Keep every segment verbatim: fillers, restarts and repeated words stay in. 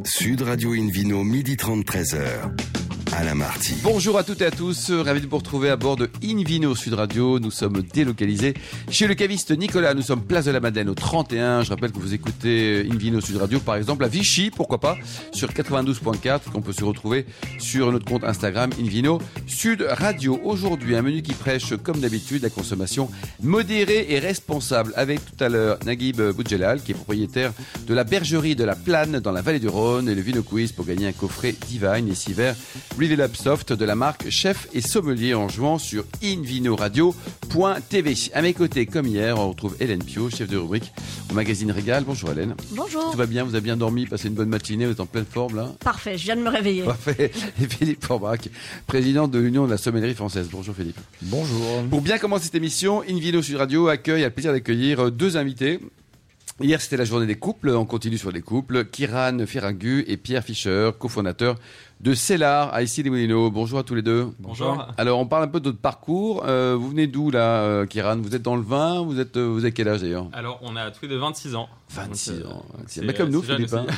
Sud Radio Invino, midi trente, treize heures. Alain Marty. Bonjour à toutes et à tous, ravi de vous retrouver à bord de Invino Sud Radio. Nous sommes délocalisés chez le caviste Nicolas. Nous sommes place de la Madeleine au trente et un. Je rappelle que vous écoutez Invino Sud Radio par exemple à Vichy, pourquoi pas, sur quatre-vingt-douze virgule quatre, qu'on peut se retrouver sur notre compte Instagram Invino Sud Radio. Aujourd'hui, un menu qui prêche comme d'habitude la consommation modérée et responsable, avec tout à l'heure Naguib Boudjelal, qui est propriétaire de la bergerie de la Plane dans la vallée du Rhône, et le Vino Quiz pour gagner un coffret Divine et six verres Level Up Soft de la marque Chef et Sommelier en jouant sur invinoradio point t v. À mes côtés, comme hier, on retrouve Hélène Pio, chef de rubrique au magazine Régal. Bonjour Hélène. Bonjour. Tout va bien, vous avez bien dormi, passé une bonne matinée, vous êtes en pleine forme là? Parfait, je viens de me réveiller. Parfait. Et Philippe Forbach, président de l'Union de la sommellerie française. Bonjour Philippe. Bonjour. Pour bien commencer cette émission, Invino Sud Radio accueille, a le plaisir d'accueillir deux invités. Hier, c'était la journée des couples. On continue sur les couples. Kiran Ferragu et Pierre Fischer, cofondateurs de Cellar à Issy-les-Moulineaux. Bonjour à tous les deux. Bonjour. Alors, on parle un peu de votre parcours. Euh, vous venez d'où, là, euh, Kiran? Vous êtes dans le vin? Vous êtes, euh, vous avez quel âge, d'ailleurs? Alors, on a tous les deux vingt-six ans. vingt-six donc, ans. euh, C'est, mais comme nous, Philippe. Hein.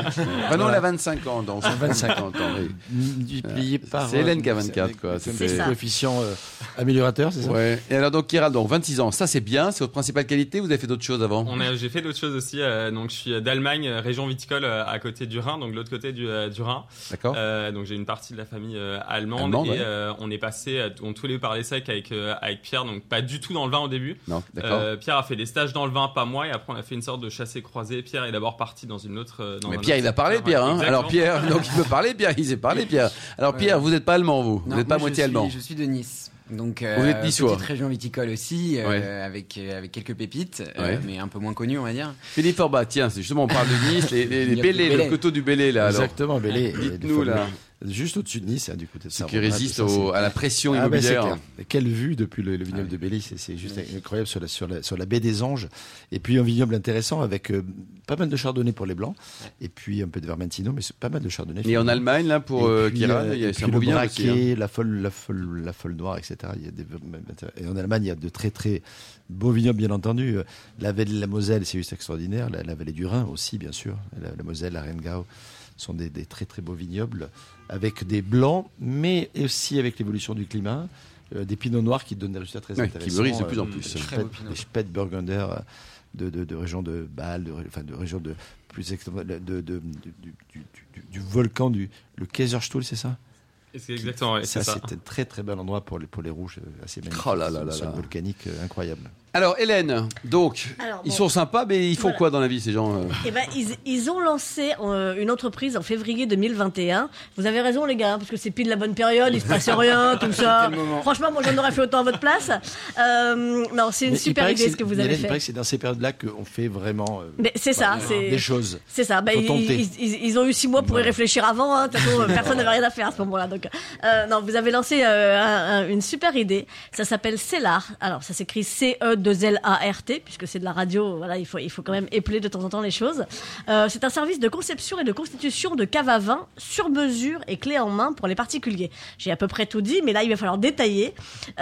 Ah non, on a vingt-cinq ans. Donc, vingt-cinq ans. Oui. Multiplié par. C'est Hélène qui a vingt-quatre, quoi. C'est, c'est c'est coefficient euh, améliorateur, c'est ça? Ouais. Et alors, donc, Kiran, donc, vingt-six ans. Ça, c'est bien. C'est votre principale qualité. Vous avez fait d'autres choses avant? On a, j'ai fait d'autres choses aussi. Euh, donc, je suis d'Allemagne, région viticole euh, à côté du Rhin, donc de l'autre côté du, euh, du Rhin. D'accord. Euh, donc, j'ai une partie de la famille euh, allemande, Allemande, et ouais. euh, on est passé, euh, on tous les deux par les secs avec euh, avec Pierre, donc pas du tout dans le vin au début. Non, d'accord. Euh, Pierre a fait des stages dans le vin, pas moi, et après on a fait une sorte de chassé-croisé. Pierre est d'abord parti dans une autre. euh, Dans Mais un Pierre, autre il a parlé, secteur. Pierre. Hein. Exactement. Alors Pierre, donc il peut parler, Pierre. Il sait parler, Pierre. Alors Pierre, vous n'êtes pas allemand, vous. Vous Non, n'êtes pas moi, moitié je suis, allemand. Je suis de Nice. Donc, Vous êtes niçois. petite région viticole aussi, euh, Ouais. avec, euh, avec quelques pépites, euh, Ouais. mais un peu moins connues, on va dire. Philippe Forbach, tiens, c'est justement, on parle de Nice, les, les, les Il y a Bélés, le le Bélé. coteau du Bélé, là. Alors, Exactement, Bélé. dites-nous, là. Juste au-dessus de Nice, hein, du côté de Ce ça. qui résiste au, à la pression Ah ben, c'est immobilière. clair. Quelle vue depuis le, le vignoble Ah, de Bélé, c'est, c'est juste incroyable sur la, sur, la, sur la baie des Anges. Et puis un vignoble intéressant avec euh, pas mal de chardonnay pour les blancs, et puis un peu de vermentino, mais c'est pas mal de chardonnay. Et en Allemagne, là, pour euh, Kiran, il y a c'est un beau vignoble aussi. Hein. la folle, la folle, la folle noire, et cetera. Il y a des, et en Allemagne, il y a de très très beaux vignobles, bien entendu. La vallée de la Moselle, c'est juste extraordinaire. La, la vallée du Rhin aussi, bien sûr. La, la Moselle, la Rheingau sont des, des très très beaux vignobles avec des blancs, mais aussi avec l'évolution du climat, euh, des pinots noirs qui donnent des résultats très Ouais, intéressants. qui mûrissent de plus en euh, plus. Des Très beaux Spät- pinots. des Spätburgunder euh, de, de, de région de Bâle, de, enfin de région de plus extrême- de, de, de- du, du, du, du, du volcan du le Kaiserstuhl, c'est ça? Et c'est exactement, ouais, ça, c'est ça. c'est un très très bel endroit pour les, pour les rouges, euh, assez magnifique. Oh là là là Sol là. volcanique euh, incroyable. Alors, Hélène, donc, Alors, ils bon. sont sympas, mais ils font Voilà. quoi dans la vie, ces gens euh Eh ben, ils, ils ont lancé euh, une entreprise en février deux mille vingt et un. Vous avez raison, les gars, parce que c'est pile la bonne période, il se passe rien, tout ça. Franchement, moi, j'en aurais fait autant à votre place. Euh, non, c'est une Mais il super paraît que idée c'est- ce que vous Hélène, avez Il paraît fait. que c'est dans ces périodes-là qu'on fait vraiment euh, Mais c'est ça, voilà, c'est des choses. C'est ça. Bah, Faut ils, tenter. ils, ils- ils ont eu six mois pour y réfléchir avant. Hein. De toute façon, personne n'avait rien à faire à ce moment-là. Donc, euh, non, vous avez lancé euh, un- un- une super idée. Ça s'appelle Cellar. Alors, ça s'écrit C E deux L A R T, puisque c'est de la radio. Voilà, il faut, il faut quand même épeler de temps en temps les choses. Euh, c'est un service de conception et de constitution de cave à vin sur mesure et clé en main pour les particuliers. J'ai à peu près tout dit, mais là, il va falloir détailler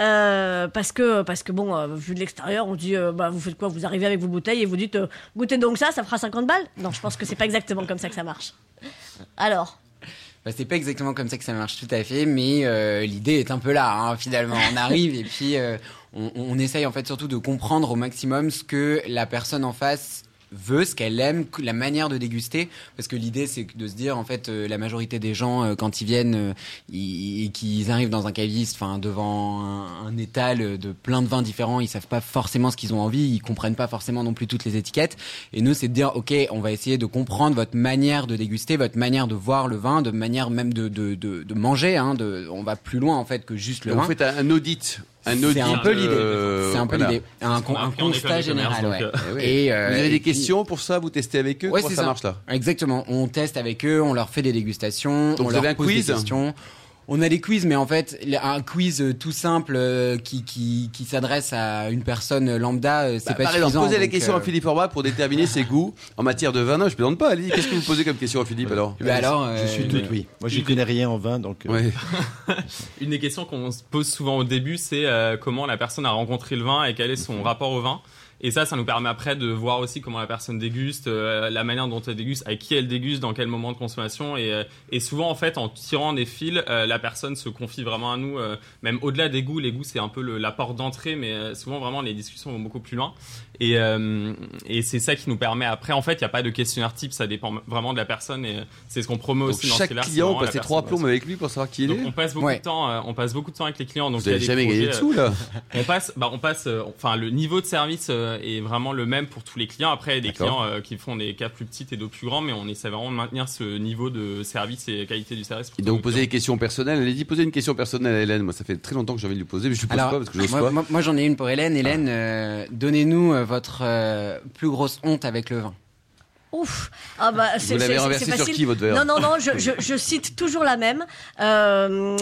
euh, parce que, parce que bon, euh, vu de l'extérieur, on dit, euh, bah, vous faites quoi? Vous arrivez avec vos bouteilles et vous dites, euh, goûtez donc ça, ça fera cinquante balles. Non, je pense que c'est pas exactement comme ça que ça marche. Alors. Bah, c'est pas exactement comme ça que ça marche tout à fait, mais euh, l'idée est un peu là, hein, finalement. On arrive et puis euh, on, on essaye en fait surtout de comprendre au maximum ce que la personne en face veut, ce qu'elle aime, la manière de déguster, parce que l'idée c'est de se dire en fait euh, la majorité des gens euh, quand ils viennent euh, ils, et qu'ils arrivent dans un caviste, enfin devant un, un étal de plein de vins différents, ils savent pas forcément ce qu'ils ont envie, ils comprennent pas forcément non plus toutes les étiquettes, et nous c'est de dire ok, on va essayer de comprendre votre manière de déguster, votre manière de voir le vin, de manière même de de de, de manger, hein, de, on va plus loin en fait que juste le Vous vin. faites un, un audit. Un audit. C'est un peu l'idée. euh, C'est un peu voilà. l'idée. Un, con- qu'on a un appris en école constat de commerce, général, donc, ouais. euh, Eh oui. Et, euh, Vous avez et des puis- questions pour ça? Vous testez avec eux? Ouais, Comment c'est ça, ça. marche là? Exactement. On teste avec eux, on leur fait des dégustations, Donc on vous leur avez un pose quiz des questions. On a des quiz, mais en fait, un quiz euh, tout simple euh, qui qui qui s'adresse à une personne lambda, euh, c'est Bah, pas par exemple, suffisant. posez la donc, question euh, à Philippe Forbach pour déterminer ses goûts en matière de vin. Non, je plaisante pas. Allez, qu'est-ce que vous posez comme question à Philippe alors? bah alors, euh, Je suis tout oui. Moi, j'y connais rien en vin, donc. euh, Ouais. Une des questions qu'on se pose souvent au début, c'est euh, comment la personne a rencontré le vin et quel est son rapport au vin. Et ça, ça nous permet après de voir aussi comment la personne déguste, euh, la manière dont elle déguste, avec qui elle déguste, dans quel moment de consommation. Et, euh, et souvent, en fait, en tirant des fils, euh, la personne se confie vraiment à nous, euh, même au-delà des goûts. Les goûts, c'est un peu le, la porte d'entrée, mais euh, souvent, vraiment, les discussions vont beaucoup plus loin. Et, euh, et c'est ça qui nous permet après, en fait, il n'y a pas de questionnaire type, ça dépend vraiment de la personne. Et c'est ce qu'on promeut Donc aussi dans chaque Stellar, client, c'est on vraiment passe la trois personne. plombs avec lui pour savoir qui il Donc est. on passe beaucoup Ouais. de temps, euh, on passe beaucoup de temps avec les clients. Donc Vous il y a n'avez des jamais projets, gagné de sous là. on passe, bah, on passe, euh, enfin, le niveau de service euh, est vraiment le même pour tous les clients. Après, il y a des D'accord. clients euh, qui font des cas plus petites et d'autres plus grands, mais on essaie vraiment de maintenir ce niveau de service et qualité du service. pour Et tous donc nos poser clients. des questions personnelles. Elle a dit poser une question personnelle à Hélène. Moi, ça fait très longtemps que j'ai envie de lui poser, mais je ne pose Alors, pas parce que j'ose moi, pas. moi, moi, j'en ai une pour Hélène. Hélène, euh, donnez-nous euh, votre euh, plus grosse honte avec le vin. Ouf. Ah bah, c'est, Vous l'avez c'est- renversé c'est sur facile. qui, votre verre? Non, non, non, je, je, je cite toujours la même. Euh,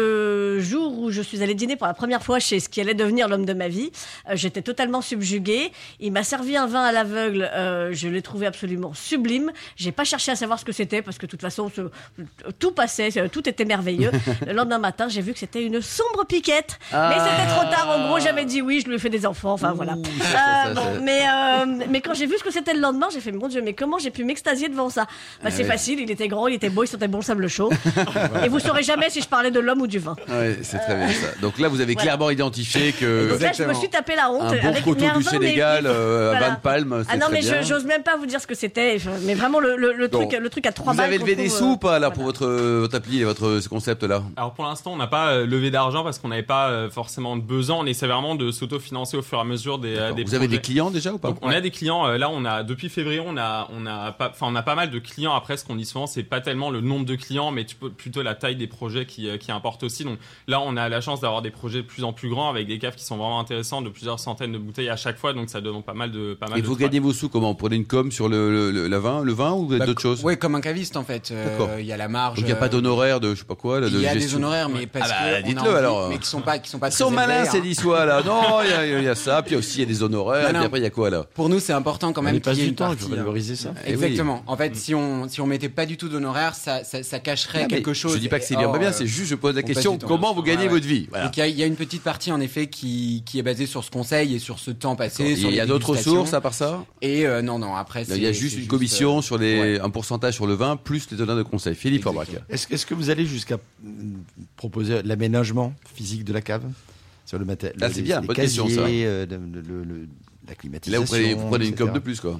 le jour où je suis allée dîner pour la première fois chez ce qui allait devenir l'homme de ma vie, euh, j'étais totalement subjuguée. Il m'a servi un vin à l'aveugle, euh, je l'ai trouvé absolument sublime. J'ai pas cherché à savoir ce que c'était parce que de toute façon, ce, tout passait, tout était merveilleux. Le lendemain matin, j'ai vu que c'était une sombre piquette. Ah. Mais c'était trop tard. En gros, j'avais dit oui, je lui ai fait des enfants. Enfin, voilà. Ouh, Euh, ça, ça, bon, ça. mais, euh, mais quand j'ai vu ce que c'était le lendemain, j'ai fait, mon Dieu, mais comment j'ai pu m'extasier devant ça? Bah, c'est ouais. facile, il était grand, il était beau, il sentait bon le sable chaud. Et vous saurez jamais si je parlais de l'homme ou du vin. Ouais, c'est très bien ça. Donc là, vous avez Voilà. clairement identifié que Donc là, je me suis tapé la honte. un bon avec coteau mais un du vin, mais- Sénégal, mais- euh, à voilà. Van Palme, c'est Ah non, très mais bien. je- j'ose même pas vous dire ce que c'était. Mais vraiment, le, le, le truc, Bon. le truc à trois Vous balles. avez qu'on levé des trouve, sous euh, ou pas là voilà. pour votre votre appli et votre ce concept là? Alors pour l'instant, on n'a pas euh, levé d'argent parce qu'on n'avait pas euh, forcément de besoin. On essaie vraiment de s'autofinancer au fur et à mesure des, euh, des Vous avez projets. des clients déjà ou pas? Donc on a des clients. euh, là, on a depuis février, on a on a pas, enfin on a pas mal de clients. Après, ce qu'on dit souvent, c'est pas tellement le nombre de clients, mais tu peux- plutôt la taille des projets qui euh, qui importe aussi. Donc là, on a la chance d'avoir des projets de plus en plus grands avec des caves qui sont vraiment intéressants, de plusieurs centaines de bouteilles à chaque fois. Donc ça donne pas mal de pas mal. Et de vous travail. gagnez vos sous comment? Vous prenez une com sur le, le, le, la vin, le vin ou vous avez Bah, d'autres choses? Ouais, comme un caviste en fait. Euh, D'accord. Il y a la marge. Donc il n'y a pas euh, d'honoraire de je sais pas quoi là, de Il y a des gestion. honoraires, mais parce Ah bah, que on a dites-le, envie, alors. mais qui sont pas, qui sont pas Ils très sont malins élevés, ces hein. d'histoires là. Non, il y, a- il y a ça, puis aussi il y a des honoraires, Non, et puis non. après il y a quoi là? Pour nous, c'est important quand On même y qu'il passe y ait du une temps, il partie. faut hein. valoriser ça. Eh oui. Exactement. En fait, si on si on mettait pas du tout d'honoraires, ça, ça ça cacherait Ah, mais quelque chose. Je dis pas que c'est Et- bien, or, pas bien, euh, c'est juste je pose la on passe question du temps. comment vous gagnez Ouais, ouais. votre vie. Voilà. Donc il y a, il y a une petite partie en effet qui qui est basée sur ce conseil et sur ce temps passé. Et sur il y les a d'autres dégustations. sources à part ça? Et euh, non non après Il y a c'est- juste c'est une commission euh, sur les ouais. un pourcentage sur le vin plus les honneurs de conseil. Philippe Exactement. Aubrac. Est-ce est-ce que vous allez jusqu'à mm, proposer l'aménagement physique de la cave sur le matériel? Ah, c'est bien, bonne question, ça. euh, le, le- le- la Là, climatisation. vous prenez, vous prenez une et cetera. com de plus, quoi.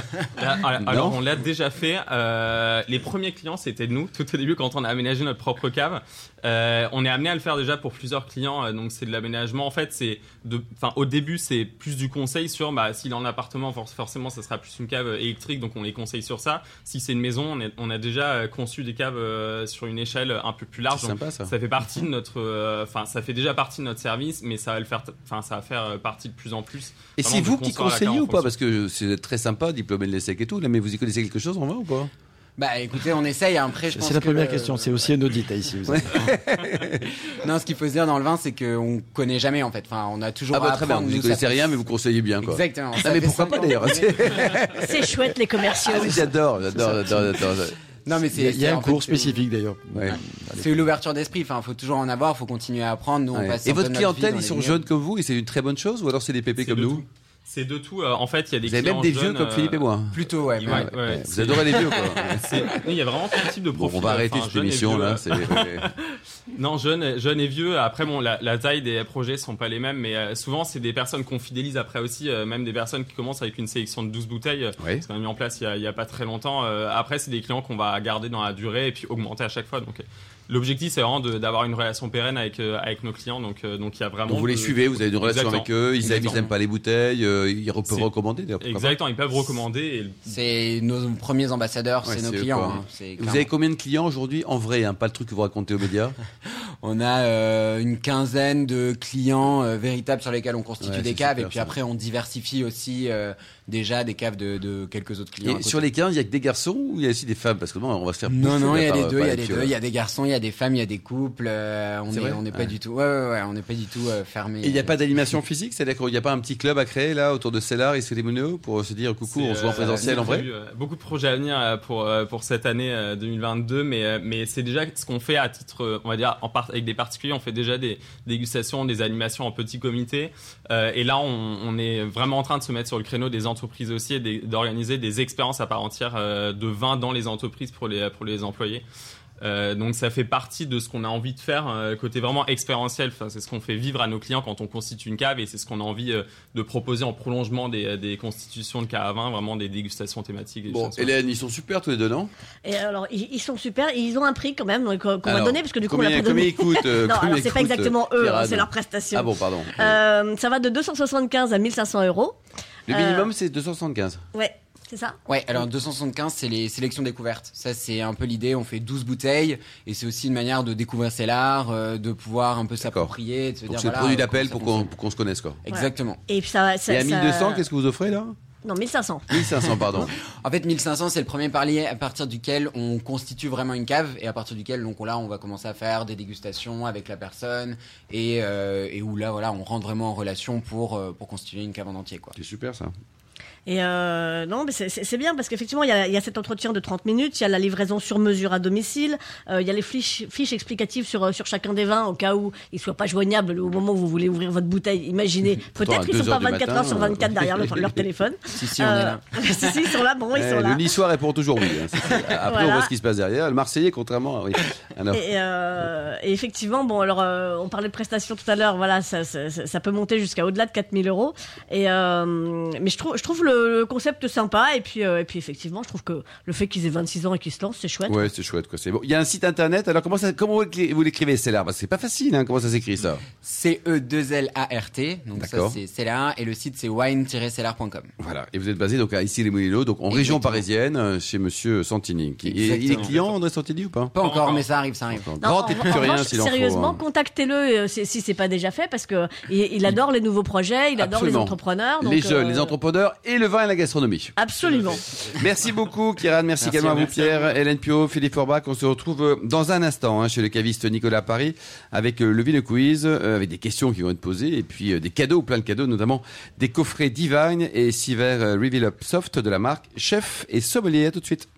Là, alors, Non. alors, on l'a déjà fait. Euh, les premiers clients, c'était nous, tout au début, quand on a aménagé notre propre cave. Euh, on est amené à le faire déjà pour plusieurs clients. euh, donc, c'est de l'aménagement. En fait, c'est de, enfin, au début, c'est plus du conseil sur, bah, s'il est en appartement, for- forcément, ça sera plus une cave électrique. Donc, on les conseille sur ça. Si c'est une maison, on, est- on a déjà euh, conçu des caves euh, sur une échelle un peu plus large. C'est Donc, sympa, ça. ça fait partie de notre, euh, enfin, ça fait déjà partie de notre service, mais ça va le faire, enfin, ça va faire euh, partie de plus en plus. Et Vraiment c'est de vous qui construire la cave conseillez en ou pas? fonction. Parce que c'est très sympa, diplômé de l'ESSEC et tout, là, mais vous y connaissez quelque chose en vin ou pas? Bah écoutez, on essaye. Après, je pense C'est la que, première euh, question, c'est aussi un audit hein, ici. Vous êtes- Non, ce qu'il faut se dire dans le vin, c'est qu'on connaît jamais en fait. Enfin, on a toujours Ah bah à très bien, apprendre. vous Nous, n'y ça connaissez fait- rien, mais vous conseillez bien, quoi. Exactement. Ah, Ça mais fait pourquoi cinq pas ans d'ailleurs? qu'on est- C'est chouette, les commerciaux. Ah oui, j'adore, j'adore, j'adore, j'adore. Non, mais Il y a, c'est il y a c'est- un en cours fait, spécifique d'ailleurs. Ouais. C'est l'ouverture d'esprit. Enfin, faut toujours en avoir. Faut continuer à apprendre. Nous, on Ouais. passe Et un peu votre notre clientèle, vie dans ils les sont vignobles. jeunes comme vous et c'est une très bonne chose ou alors c'est des pépés C'est comme de nous? tout. C'est de tout. Euh, en fait, il y a des Vous avez clients même des vieux jeunes, comme euh, Philippe et moi. Plutôt, ouais. Ouais, ouais. ouais, Ouais, c'est- Vous adorez les vieux, quoi. c'est- Il y a vraiment tout type de Bon, profil. on va arrêter enfin, cette jeune et émission vieux, là. euh, c'est- ouais. Non, jeune, jeune et vieux. Après, bon, la, la taille des projets sont pas les mêmes, mais euh, souvent c'est des personnes qu'on fidélise après aussi, euh, même des personnes qui commencent avec une sélection de douze bouteilles. euh, Ouais. qu'on a mis en place il y a, il y a pas très longtemps. Euh, après, c'est des clients qu'on va garder dans la durée et puis augmenter à chaque fois. Donc, euh, l'objectif c'est vraiment de- d'avoir une relation pérenne avec euh, avec nos clients. Donc, euh, donc il y a vraiment. Donc vous les de- suivez, vous avez une relation Exactement. avec eux, ils aiment, ils Exactement. aiment pas les bouteilles, euh, ils re- peuvent C'est- recommander d'ailleurs. pourquoi pas. Exactement, ils peuvent recommander. Et le- C'est nos premiers ambassadeurs, Ouais, c'est nos c'est eux, clients. quoi. hein. C'est Vous clairement- avez combien de clients aujourd'hui en vrai, hein, pas le truc que vous racontez aux médias? On a euh, une quinzaine de clients euh, véritables sur lesquels on constitue Ouais, des c'est caves super, et puis ça. après on diversifie aussi euh, déjà des caves de, de quelques autres clients. Et sur les quinze, il y a que des garçons ou il y a aussi des femmes? Parce que bon, on va se faire Non, bouffer non, il y a par- les deux, par il y a les les pieux. deux, il y a des garçons, il y a des femmes, il y a des couples. euh, on C'est est, vrai on n'est pas Ouais. du tout, ouais, ouais, ouais, on n'est pas du tout euh, fermé. Et il n'y a pas d'animation physique, c'est-à-dire qu'il n'y a pas un petit club à créer là autour de Cellar et Célémonio pour se dire coucou, C'est, on se voit en euh, présentiel c'est en vrai? prévu, euh, Beaucoup de projets à venir euh, pour euh, pour cette année euh, deux mille vingt-deux, mais euh, mais c'est déjà ce qu'on fait à titre, euh, on va dire, en part, avec des particuliers, on fait déjà des dégustations, des animations en petits comités, euh, et là on, on est vraiment en train de se mettre sur le créneau des entreprises aussi et des- d'organiser des expériences à part entière euh, de vin dans les entreprises pour les pour les employés. Euh, donc ça fait partie de ce qu'on a envie de faire, euh, côté vraiment expérientiel. Enfin, c'est ce qu'on fait vivre à nos clients quand on constitue une cave, et c'est ce qu'on a envie euh, de proposer en prolongement des, des constitutions de cave à vin, vraiment des dégustations thématiques. Des Bon, choses comme ça. Hélène, ils sont super tous les deux, non? Et alors, ils, ils sont super. Ils ont un prix quand même donc, qu'on qu'on va Alors, donner parce que du coup, on combien, l'a pas combien donné. ils coûtent euh, Non, combien alors c'est pas coûtent, exactement euh, eux, hein, Pierre c'est Anne leur prestation. Ah bon, pardon. Euh, ça va de deux cent soixante-quinze à mille cinq cents euros. Le minimum, c'est deux cent soixante-quinze. Ouais, c'est ça. Ouais, alors deux cent soixante-quinze, c'est les sélections découvertes. Ça, c'est un peu l'idée. On fait douze bouteilles, et c'est aussi une manière de découvrir Cellar, euh, de pouvoir un peu s'approprier, de se Donc dire c'est le voilà, produit euh, d'appel comment pour ça qu'on pour qu'on se connaisse, quoi. fonctionne. Exactement. Et puis ça, ça Et à ça- mille deux cents, qu'est-ce que vous offrez là? Non, mille cinq cents. mille cinq cents, pardon. En fait, mille cinq cents, c'est le premier palier à partir duquel on constitue vraiment une cave, et à partir duquel, donc là, on va commencer à faire des dégustations avec la personne, et, euh, et où là, voilà, on rentre vraiment en relation pour euh, pour constituer une cave en entier, quoi. C'est super ça. Et euh, non, mais c'est- c'est c'est bien parce qu'effectivement, il y a, il y a cet entretien de trente minutes, il y a la livraison sur mesure à domicile, euh, il y a les fiches, fiches explicatives sur, euh, sur chacun des vins au cas où ils ne soient pas joignables au moment où vous voulez ouvrir votre bouteille. Imaginez, Pourtant, à peut-être qu'ils deux ne sont pas heures du vingt-quatre matin, heures sur vingt-quatre derrière leur, leur téléphone. Si, si, on est là. si, si, ils sont là, bon, ils Eh, sont le là. Niçois répond toujours oui. hein. C'est- Après, Voilà. on voit ce qui se passe derrière. Le Marseillais, contrairement à. Oui. Alors, Et, euh, et effectivement, bon, alors, euh, on parlait de prestations tout à l'heure, voilà, ça, ça, ça- ça peut monter jusqu'à au-delà de quatre mille euros. Et, euh, mais je trouve, je trouve le, le concept sympa. Et puis, euh, et puis, effectivement, je trouve que le fait qu'ils aient vingt-six ans et qu'ils se lancent, c'est chouette. ouais, c'est chouette, quoi. C'est bon. Il y a un site internet. Alors, comment ça, comment vous l'écri- vous l'écrivez, Cellar? Parce que c'est pas facile, hein. Comment ça s'écrit, ça? C E deux L A R T, donc ça D'accord. c'est Cellar, et le site c'est wine tiret cellar point com. Voilà. Et vous êtes basé, donc, à Issy-les-Moulineaux, donc, en région Exactement. parisienne, euh, chez monsieur Santini. Qui, et il est Exactement. client, André Santini, ou pas? Pas encore, encore. mais ça arrive, ça arrive. Non, Grand en- épicurien, en revanche, s'il en faut. sérieusement, hein. contactez-le euh, si, si c'est pas déjà fait, parce que il, il adore les nouveaux projets, il adore Absolument. les entrepreneurs. Les donc, jeunes, euh, les entrepreneurs et le vin et la gastronomie. Absolument. Merci beaucoup, Kieran. Merci, Merci également à à vous, vous. Pierre, Hélène Pio, Philippe Forbach. On se retrouve euh, dans un instant hein, chez le caviste Nicolas Paris avec euh, le Vino Quiz, euh, avec des questions qui vont être posées et puis euh, des cadeaux, plein de cadeaux, notamment des coffrets Divine et six verres euh, Reveal Up Soft de la marque Chef et Sommelier. À tout de suite.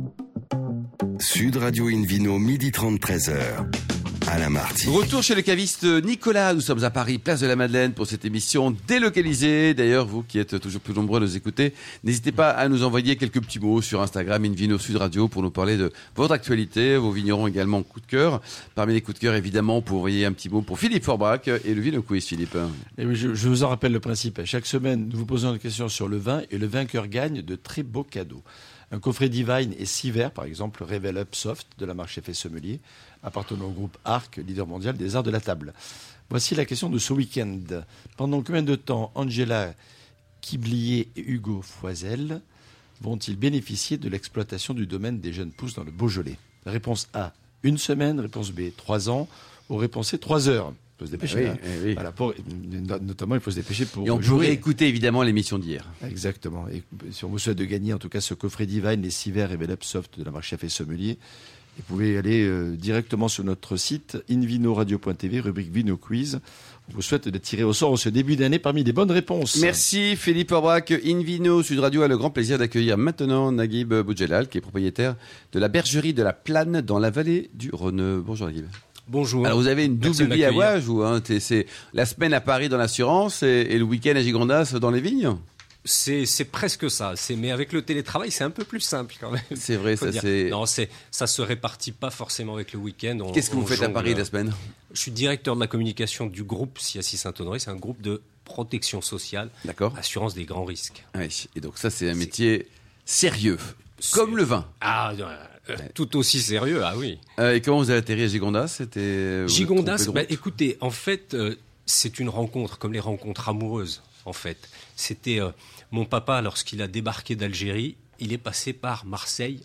Sud Radio Invino, midi trente, treize heures. Alain Marty. Retour chez le caviste Nicolas. Nous sommes à Paris, place de la Madeleine, pour cette émission délocalisée. D'ailleurs, vous qui êtes toujours plus nombreux à nous écouter, n'hésitez pas à nous envoyer quelques petits mots sur Instagram, Invino Sud Radio, pour nous parler de votre actualité, vos vignerons également coup de cœur. Parmi les coups de cœur, évidemment, pour envoyer un petit mot pour Philippe Forbach et le Vino Quiz, Philippe. Et oui, je, je vous en rappelle le principe. Chaque semaine, nous vous posons une question sur le vin et le vainqueur gagne de très beaux cadeaux. Un coffret Divine et six verres, par exemple, Reveal Up Soft de la marque Chef et Sommelier, appartenant au groupe Arc, leader mondial des arts de la table. Voici la question de ce week-end. Pendant combien de temps Angela Quiblier et Hugo Foisel vont-ils bénéficier de l'exploitation du domaine des jeunes pousses dans le Beaujolais? Réponse A, une semaine. Réponse B, trois ans. Ou réponse C, trois heures. Il faut se dépêcher. Eh oui, hein. eh oui. Voilà, pour- notamment, il faut se dépêcher pour Et on jouer. pourrait écouter évidemment l'émission d'hier. Exactement. Et si on vous souhaite de gagner, en tout cas, ce coffret Divine, les six verres Reveal Up Soft de la marque Chef et Sommelier, vous pouvez aller euh, directement sur notre site invinoradio point t v, rubrique Vino Quiz. On vous souhaite de tirer au sort en ce début d'année parmi les bonnes réponses. Merci Philippe Forbach. Invino Sud Radio a le grand plaisir d'accueillir maintenant Naguib Boudjelal, qui est propriétaire de la bergerie de la Plane dans la vallée du Rhône. Bonjour Naguib. Bonjour. Alors vous avez une Merci double de vie à m'accueillir. Ouage, vous, hein, t'es- c'est la semaine à Paris dans l'assurance et, et le week-end à Gigondas dans les vignes. C'est c'est presque ça. C'est mais avec le télétravail, c'est un peu plus simple quand même. C'est vrai, Faut ça dire. c'est. Non, c'est ça se répartit pas forcément avec le week-end. On- Qu'est-ce que vous on faites à jongle. Paris la semaine? Je suis directeur de la communication du groupe C S I Saint-Honoré. C'est un groupe de protection sociale, D'accord. assurance des grands risques. Oui. Et donc ça c'est un métier sérieux, C'est- comme le vin. Ah, euh, euh, tout aussi sérieux. Ah oui. Euh, et comment vous avez atterri à Gigondas? C'était vous êtes Gigondas, trompé de bah, route écoutez, en fait, euh, c'est une rencontre, comme les rencontres amoureuses, en fait. C'était euh, mon papa, lorsqu'il a débarqué d'Algérie, il est passé par Marseille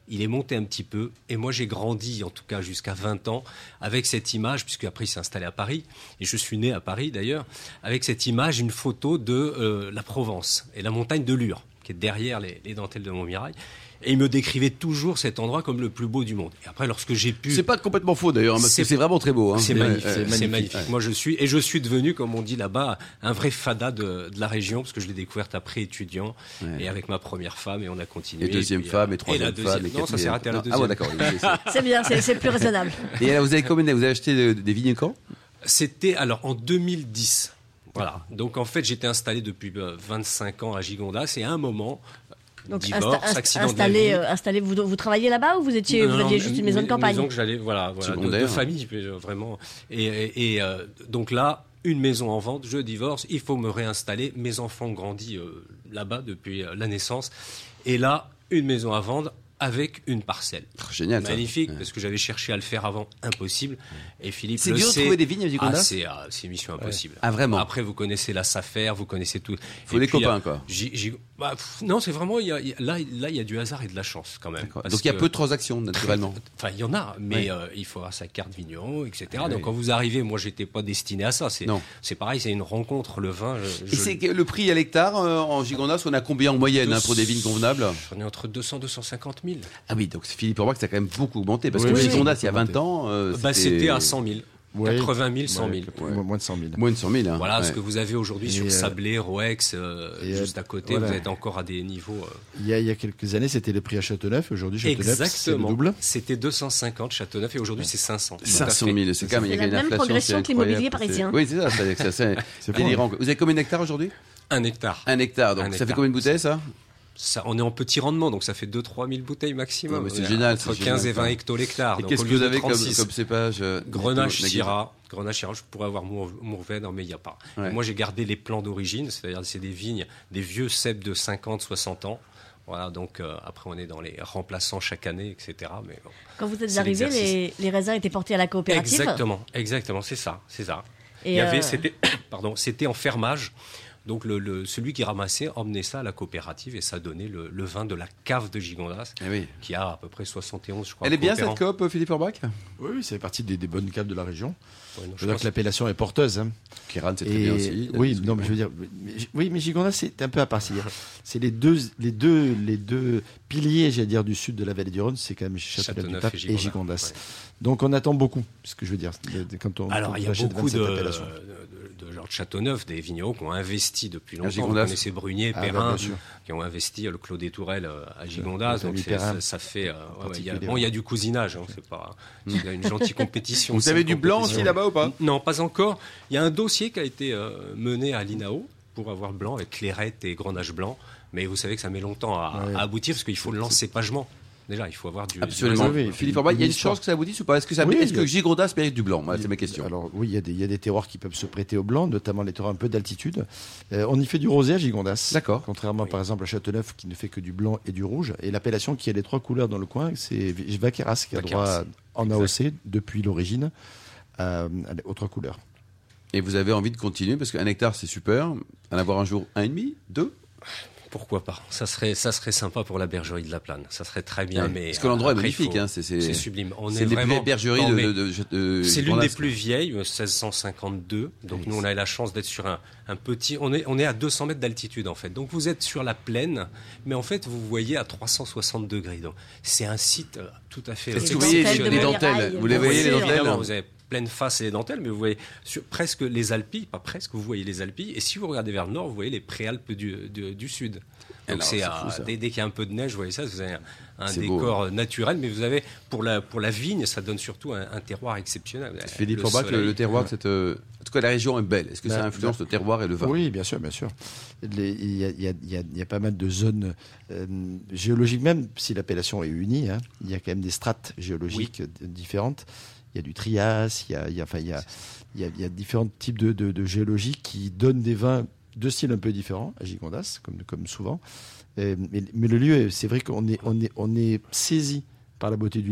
il est monté un petit peu. Et moi, j'ai grandi, en tout cas jusqu'à vingt ans, avec cette image, puisque après il s'est installé à Paris, et je suis né à Paris d'ailleurs, avec cette image, une photo de euh, la Provence et la montagne de Lure, qui est derrière les, les dentelles de Montmirail. Et il me décrivait toujours cet endroit comme le plus beau du monde. Et après, lorsque j'ai pu... C'est pas complètement faux d'ailleurs, hein, parce C'est- que c'est vraiment très beau. Hein. C'est Ouais, magnifique, ouais, c'est ouais. magnifique. Moi, je suis et je suis devenu, comme on dit là-bas, un vrai fada de, de la région parce que je l'ai découverte après étudiant Ouais. et avec ma première femme et on a continué. Et deuxième puis, femme, euh, et troisième la deuxième- femme, et Non, ça s'est quatrième. arrêté à la Non, deuxième. Ah ouais, d'accord. oui, oui, c'est- C'est bien, c'est c'est plus raisonnable. Et alors, vous avez combien Vous avez acheté de- des vignes quand C'était alors en deux mille dix. Voilà. Donc en fait, j'étais installé depuis euh, vingt-cinq ans à Gigondas et à un moment, Donc divorce, insta- inst- accident de la installé, vie. euh, installé, vous, vous travailliez là-bas ou vous étiez, Non, vous non, aviez non, juste une maison de une campagne? maison que j'allais, voilà, voilà de, Secondaire. de famille, mais, euh, vraiment. Et, et, et, euh, donc là, une maison en vente, je divorce, il faut me réinstaller. Mes enfants ont grandi euh, là-bas depuis euh, la naissance. Et là, une maison à vendre avec une parcelle. Oh, génial. ça. Magnifique, Ouais. parce que j'avais cherché à le faire avant, impossible. Et Philippe C'est le dur de sait. trouver des vignes à Ah, Gigondas. c'est ah, c'est une mission impossible. Ah, vraiment. Après, vous connaissez la Safer, vous connaissez tout. Faut Et des puis, copains, euh, quoi. j'y- j'y- bah, pff, non, c'est vraiment, il y a- il y a- là, là, il y a du hasard et de la chance quand même. D'accord. Parce Donc il y a que- peu de transactions naturellement. Enfin, il y en a, mais Ouais. euh, il faut avoir sa carte vigneron, et cetera. Ouais. Donc quand vous arrivez, moi, j'étais pas destiné à ça. C'est, Non. c'est pareil, c'est une rencontre, le vin. je- Et je- c'est que le prix à l'hectare euh, en Gigondas, on a combien en moyenne hein, pour des vignes convenables? J'en ai entre deux cents et deux cent cinquante mille. Ah oui, donc Philippe Orbach, ça a quand même beaucoup augmenté parce Oui, que oui, Gigondas, oui, il y a vingt ans, euh, Bah, c'était à cent mille. Ouais. quatre-vingt mille, cent mille. Ouais, moins de cent mille. moins de cent mille. Hein. Voilà Ouais. ce que vous avez aujourd'hui Et, sur euh, Sablé, Roex, euh, et, euh, juste à côté. voilà. Vous êtes encore à des niveaux. euh, Il y, a, il y a quelques années, c'était le prix à Châteauneuf. Aujourd'hui, Châteauneuf, c'est le Exactement. double. C'était deux cent cinquante Châteauneuf et aujourd'hui c'est cinq cents. Tout à cinq cent fait. mille, c'est quand même, il y a C'est la une même inflation, progression c'est que l'immobilier incroyable. parisien. C'est- Oui, c'est ça, c'est, c'est, c'est C'est délirant. Vous avez combien d'hectares aujourd'hui? Un hectare. Un hectare, donc Un ça fait hectare. combien de bouteilles ça? Ça, on est en petit rendement, donc ça fait deux à trois mille bouteilles maximum. Non, mais c'est On est génial, Entre c'est quinze génial, et vingt ça. hectolhectares. Et Donc, qu'est-ce au que lieu vous de avez comme, trente-six, comme cépage euh, Grenache, Nagui- Syrah. Grenache, Syrah, je pourrais avoir Mour- Mourvèdre, mais il n'y a pas. Ouais. Et moi, j'ai gardé les plants d'origine, c'est-à-dire c'est des vignes, des vieux cèpes de cinquante, soixante ans. Voilà, donc euh, après, on est dans les remplaçants chaque année, et cetera. Mais bon. Quand vous êtes C'est arrivé, l'exercice. les, les raisins étaient portés à la coopérative. Exactement, exactement, c'est ça, c'est ça. Et Il y avait, euh, c'était, pardon, c'était en fermage. Donc le, le- celui qui ramassait emmenait ça à la coopérative et ça donnait le, le vin de la cave de Gigondas, Eh oui. qui a à peu près soixante et onze, je crois. Elle est bien coopérants. cette coop, euh, Philippe Orbach? Oui, oui, ça fait partie des, des bonnes caves de la région. Ouais, non, Je je veux dire pense- que l'appellation est porteuse. Hein. Kiran, c'est très Et- bien aussi. Oui, non, mais je veux dire, mais- oui, mais Gigondas, c'est un peu à part. C'est- C'est les deux, les deux, les deux piliers, j'allais dire, du sud de la vallée du Rhône, c'est quand même Châteauneuf-du-Pape Châteauneuf et et Gigondas, Gigondas. ouais. Donc on attend beaucoup, ce que je veux dire, de- de- quand on, Alors, quand il y on a achète beaucoup de, vingt-sept appellations. de, de gens de Châteauneuf, des vignerons qui ont investi depuis longtemps. Vous Gigondas. connaissez Brunier, Ah, bah, Perrin, bien sûr. qui ont investi euh, le Clos des Tourelles euh, à Gigondas. Le Donc famille c'est- Perrin. ça, ça fait. euh, ouais, ouais, il y a, particulier, bon, il y a ouais. du cousinage. Hein, c'est pas il y a une gentille compétition. Vous c'est avez une du blanc compétition. aussi là-bas ou pas? Non, pas encore. Il y a un dossier qui a été euh, mené à l'I N A O pour avoir blanc avec clairette et grenache blanc. Mais vous savez que ça met longtemps à, Ouais. à aboutir parce qu'il faut le l'encépagement. Déjà, il faut avoir du. Absolument. du Oui, oui. Philippe Orbach, il y a une L'histoire. chance que ça aboutisse ou pas? Est-ce que, ça, Oui, est-ce il y que a- Gigondas mérite du blanc? Voilà, c'est ma question. Alors oui, il y, a des, il y a des terroirs qui peuvent se prêter au blanc, notamment les terroirs un peu d'altitude. Euh, on y fait du rosé à Gigondas. D'accord. Contrairement Oui. par exemple à Châteauneuf qui ne fait que du blanc et du rouge. Et l'appellation qui a les trois couleurs dans le coin, c'est Vaqueras qui a Vaqueras. droit en A O C depuis l'origine à, aux trois couleurs. Et vous avez envie de continuer parce qu'un hectare c'est super. En avoir un jour un et demi, deux. Pourquoi pas? Ça serait, ça serait sympa pour la bergerie de la Plane. Ça serait très bien, Ouais. mais Parce que l'endroit est après, il magnifique. faut- Hein, c'est, c'est, C'est sublime. On c'est est les plus vraiment belles bergeries Non, de, mais de, de, de c'est l'une Gigondas. des plus vieilles, seize cent cinquante-deux. Donc Oui, nous, on c'est- a eu la chance d'être sur un, un petit. On est, on est à deux cents mètres d'altitude en fait. Donc vous êtes sur la plaine, mais en fait vous voyez à trois cent soixante degrés. Donc c'est un site euh, tout à fait. Est-ce que Les vous voyez les, dentelles de les Montmirail, dentelles? Vous les bien voyez les sûr. dentelles? Évidemment, vous avez pleine face et les dentelles, mais vous voyez sur, presque les Alpilles, pas presque, vous voyez les Alpilles. Et si vous regardez vers le nord, vous voyez les préalpes du, du, du sud. Donc Alors, c'est, c'est euh, fou, ça. dès, dès qu'il y a un peu de neige, vous voyez ça, vous avez un, un C'est beau, décor naturel, mais vous avez pour la pour la vigne, ça donne surtout un, un terroir exceptionnel. Philippe Le Orbach, le, soleil. le terroir, de cette, euh, en tout cas la région est belle. Est-ce que Bah, ça influence le terroir et le vin? Oui, bien sûr, bien sûr. Les- Il y, a- il y a- il y a- il y a pas mal de zones euh, géologiques, même si l'appellation est unie, hein, il y a quand même des strates géologiques euh, différentes. Il y a du Trias, il y a, il y a, enfin, il y a, il y a, il y a différents types de, de, de géologie qui donnent des vins de styles un peu différents à Gigondas, comme, comme souvent. Euh, mais, mais le lieu, c'est vrai qu'on est, on est, on est saisi par la beauté du lieu.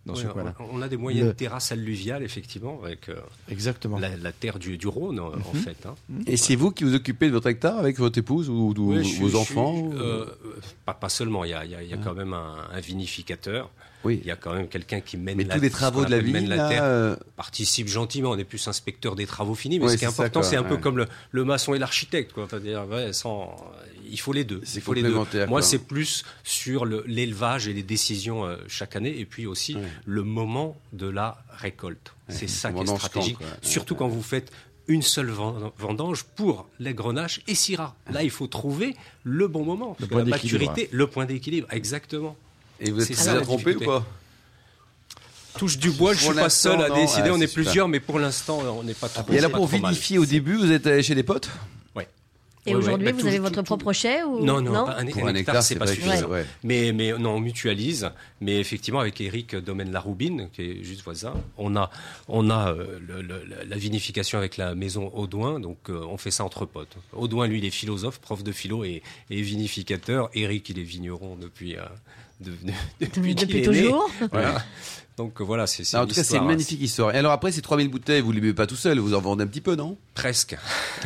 dans Oui, ce coin-là. on a des moyennes Le- terrasses alluviales, effectivement, avec euh, Exactement. la, la terre du, du Rhône, en, en fait. Hein. Et c'est vous qui vous occupez de votre hectare avec votre épouse ou, ou Oui, je suis- vos je enfants suis, ou- euh, pas, pas seulement, il y a, il y a, il y a quand même un, un vinificateur. Oui. Il y a quand même quelqu'un qui mène Mais la tous les ce travaux qu'on de la appelle mène ville, la là, terre. euh, Participe gentiment, on est plus inspecteur des travaux finis, mais Ouais, ce qui est c'est ça, important, quoi, c'est un peu ouais. comme le, le maçon et l'architecte, quoi. C'est-à-dire, ouais, sans, il faut les deux. C'est Il faut les deux. complémentaire, Moi, quoi. c'est plus sur le- l'élevage et les décisions euh, chaque année, et puis aussi Ouais. le moment de la récolte. C'est ça qui est vendange stratégique, quand, quoi. Ouais, surtout ouais. quand vous faites une seule ven- vendange pour les grenaches et Syrah. Là, il faut trouver le bon moment. Le Parce que point la d'équilibre, maturité, le point d'équilibre, exactement. Et vous êtes C'est vous ça, êtes la trompé ou difficulté. pas Touche du bois, je Pour suis pas seul à l'instant, non. décider, Ah, on est c'est super. plusieurs, mais pour l'instant, on n'est pas trop. Et alors pas pour trop mal. vinifier au début, vous êtes allé chez des potes Ouais. Et Ouais, aujourd'hui, ouais. Bah, vous tout- avez tout- votre tout- propre chai ou Non, non, pas un, Pour un un hectare, hectare, c'est c'est pas vrai que- suffisant. ouais. Mais, mais non, on mutualise. Mais effectivement, avec Eric Domaine Laroubine, qui est juste voisin, on a, on a euh, le- le- la vinification avec la maison Audouin. Donc, euh, on fait ça entre potes. Audouin, lui, il est philosophe, prof de philo et, et vinificateur. Eric, il est vigneron depuis, euh, de- de- depuis, qu'il Depuis est né. toujours. Voilà. Donc, euh, voilà, c'est c'est Ah, En une tout cas, c'est histoire, une magnifique histoire. Et alors après, ces trois mille bouteilles, vous ne les buvez pas tout seul, vous en vendez un petit peu, non Presque.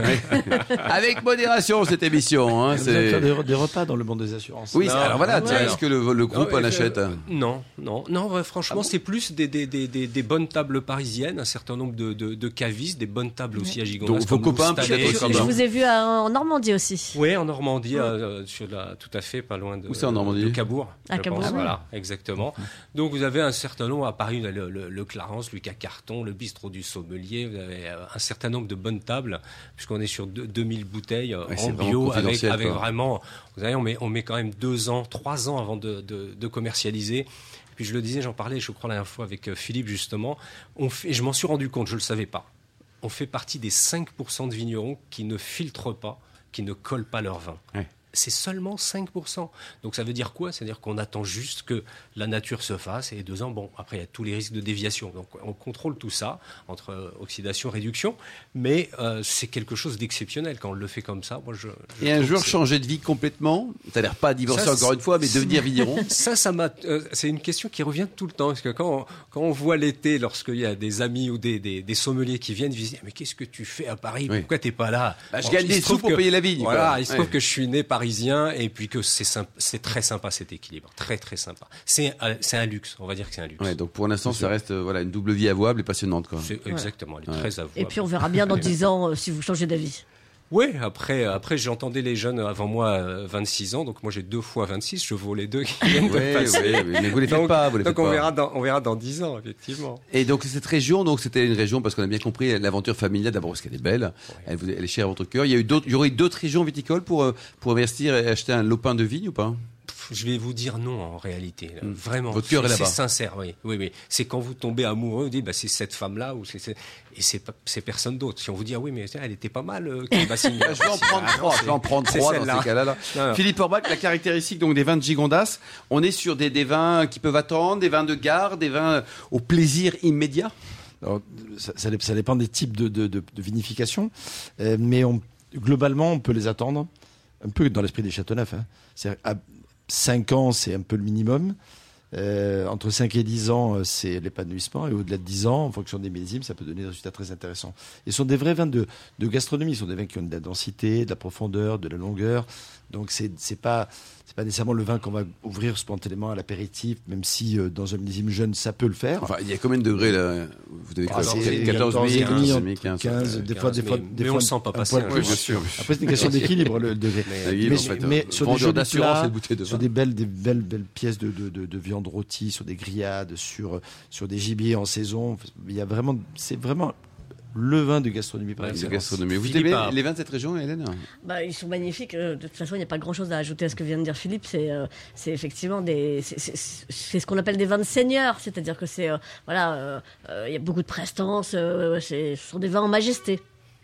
Avec modération, cette émission. Hein, Vous allez faire c'est... des, des repas dans le monde des assurances. Oui, Non, c'est- alors voilà, ouais. tiens, est-ce que le, le groupe Non, en euh, achète euh, Non, non, non. ouais, franchement, Ah bon c'est plus des, des, des, des, des bonnes tables parisiennes, un certain nombre de, de, de cavistes, des bonnes tables aussi à Gigondas. Donc, vos comme copains, Loustalais, peut-être Je, aussi, je non vous ai vu à- en Normandie aussi. Oui, en Normandie, euh, sur la, tout à fait, pas loin de. Où c'est en Normandie De Cabourg. À je Cabourg, pense, oui. Voilà, exactement. Donc vous avez un certain nombre à Paris, vous avez le, le, le Clarence, Lucas Carton, le bistrot du Sommelier. Vous avez euh, un certain nombre de bonnes tables, puisqu'on est sur deux- deux mille bouteilles euh, Ouais, en c'est vraiment bio, avec, confidentiel, avec quoi. vraiment. Vous savez, on met, on met quand même deux ans, trois ans avant de, de, de commercialiser. Puis je le disais, j'en parlais, je crois la dernière fois avec euh, Philippe justement. On fait, je m'en suis rendu compte, je le savais pas. On fait partie des cinq pour cent de vignerons qui ne filtrent pas, qui ne collent pas leur vin. Ouais. C'est seulement cinq pour cent. Donc ça veut dire quoi? C'est-à-dire qu'on attend juste que la nature se fasse et deux ans, bon, après il y a tous les risques de déviation. Donc on contrôle tout ça entre euh, oxydation, réduction, mais euh, c'est quelque chose d'exceptionnel quand on le fait comme ça. Moi, je, je Et un trouve jour que c'est- changer de vie complètement, t'as l'air pas divorcer Ça, encore c'est- une fois, mais devenir vigneron. Ça, ça m'a. euh, c'est une question qui revient tout le temps parce que quand on, quand on voit l'été, lorsqu'il y a des amis ou des, des, des sommeliers qui viennent visiter, mais qu'est-ce que tu fais à Paris? Oui. Pourquoi t'es pas là? Bah, je Bon, gagne il des se trouve sous pour que- payer la vigne, Voilà, quoi. il se Ouais. trouve que je suis né parisien et puis que c'est sympa- c'est très sympa cet équilibre, très très sympa. C'est un, c'est un luxe, on va dire que c'est un luxe. Ouais, donc pour l'instant, ça reste euh, voilà, une double vie avouable et passionnante. Quoi. C'est exactement, elle est Ouais. très avouable. Et puis on verra bien dans dix ans euh, si vous changez d'avis. Oui, après, après j'entendais les jeunes avant moi, euh, vingt-six ans, donc moi j'ai deux fois vingt-six, je vaux les deux qui viennent de Ouais, passer. ouais, mais vous les faites Donc- pas, vous les donc faites on pas. verra dans, on verra dans dix ans, effectivement. Et donc cette région, donc c'était une région parce qu'on a bien compris l'aventure familiale d'abord parce qu'elle est belle, elle, vous- elle est chère à votre cœur. Il y a eu d'autres, il y aurait eu d'autres régions viticoles pour euh, pour investir et acheter un lopin de vigne ou pas? Je vais vous dire non en réalité, là. Mm. Vraiment. Votre cœur est C'est là-bas. sincère, oui, oui, oui. C'est quand vous tombez amoureux, vous dites bah c'est cette femme-là ou c'est c'est- et c'est pas- c'est personne d'autre. Si on vous dit ah oui mais tiens, elle était pas mal, euh, Kim Basinger. Je vais en prendre Ah, non, trois. c'est- Je vais en prendre c'est trois dans celle-là. ces cas-là. là. Non, non. Philippe Orbach, la caractéristique donc des vins de Gigondas, on est sur des, des vins qui peuvent attendre, des vins de garde, des vins au plaisir immédiat. Alors, ça, ça dé- ça dépend des types de, de- de- de vinification, euh, mais on, globalement, on peut les attendre, un peu dans l'esprit des Châteauneuf. Hein. C'est à cinq ans, c'est un peu le minimum. Euh, entre cinq et dix ans, euh, c'est l'épanouissement. Et au-delà de dix ans, en fonction des millésimes, ça peut donner des résultats très intéressants. Et ce sont des vrais vins de, de gastronomie. Ce sont des vins qui ont de la densité, de la profondeur, de la longueur. Donc, c'est c'est pas, c'est pas nécessairement le vin qu'on va ouvrir spontanément à l'apéritif, même si euh, dans un millésime jeune, ça peut le faire. Enfin, il y a combien de degrés là? Vous devez quoi? Ah, c'est quatorze mille, quatorze quinze et mille, quinze, quinze, ouais. des fois, des fois, mais- des mais fois, on le sent pas un passer, poil hein. plus. Oui, bien sûr. Après, c'est une question d'équilibre, le degré. La guide, Mais, en fait, mais euh, sur des vendeur jolis d'assurance, plats, les bouteilles de sur vin. des belles, des belles, belles pièces de, de, de, de viande rôtie, sur des grillades, sur, sur des gibiers en saison, il y a vraiment, c'est vraiment le vin de gastronomie par Ouais, c'est excellence. gastronomie. Vous Philippe aimez a- les vins de cette région, Hélène? Bah, ils sont magnifiques. Euh, De toute façon, il n'y a pas grand-chose à ajouter à ce que vient de dire Philippe. C'est euh, c'est effectivement des, c'est- c'est c'est ce qu'on appelle des vins de seigneur, c'est-à-dire que c'est euh, voilà, euh, euh, il y a beaucoup de prestance. euh, c'est- ce sont des vins en majesté.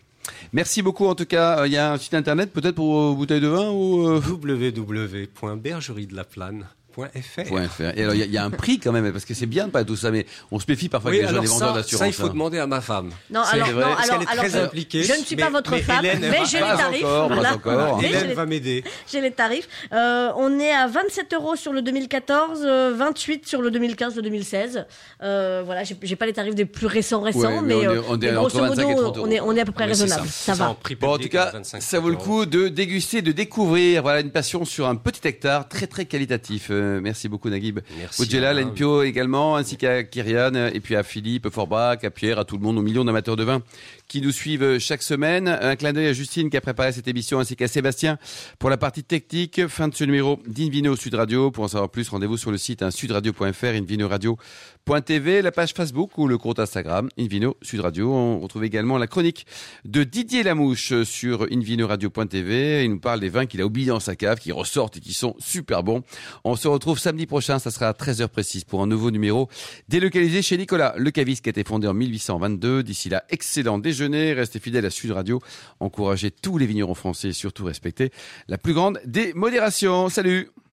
Merci beaucoup en tout cas. Euh, Il y a un site internet peut-être pour euh, bouteilles de vin ou euh, w w w point bergerie de la plane point f r. .fr. Et alors, il y, y a un prix quand même, parce que c'est bien de pas tout ça, mais on se méfie parfois Oui, avec les gens, alors les vendeurs ça, d'assurance. ça, il faut hein. demander à ma femme. Non, C'est alors, vrai, non, parce alors, qu'elle est alors, très euh, impliquée. je ne suis mais- pas votre mais femme, Hélène, elle mais va- j'ai les Pas tarifs. encore, pas Voilà. encore. Mais j'ai Hélène les- va m'aider. J'ai les tarifs. Euh, on est à vingt-sept euros sur le deux mille quatorze, euh, vingt-huit sur le deux mille quinze, le deux mille seize. Euh, voilà, j'ai, j'ai pas les tarifs des plus récents récents, Ouais, mais mais, on est- euh, on est mais entre grosso vingt-cinq et modo, trente euros. on est, on est à peu près Oui, c'est raisonnable. Ça, C'est va. en prix Bon, en tout public, cas, vingt-cinq ça vaut le euros. coup de déguster, de découvrir. Voilà une passion sur un petit hectare, très très qualitatif. Euh, merci beaucoup Naguib Merci, Boudjela, madame. Lenpio également, ainsi qu'à Kyrian, et puis à Philippe Forbach, à Pierre, à tout le monde, aux millions d'amateurs de vin qui nous suivent chaque semaine. Un clin d'œil à Justine qui a préparé cette émission, ainsi qu'à Sébastien pour la partie technique. Fin de ce numéro d'Invino Sud Radio. Pour en savoir plus, rendez-vous sur le site hein, sudradio point f r, invino radio point t v, la page Facebook ou le compte Instagram Invino Sud Radio. On retrouve également la chronique de Didier Lamouche sur invino radio point t v. Il nous parle des vins qu'il a oubliés dans sa cave, qui ressortent et qui sont super bons. On se retrouve samedi prochain, ça sera à treize heures précise pour un nouveau numéro délocalisé chez Nicolas Le Caviste qui a été fondé en mille huit cent vingt-deux. D'ici là, excellent déjeuner, restez fidèles à Sud Radio, encouragez tous les vignerons français et surtout respectez la plus grande des modérations. Salut!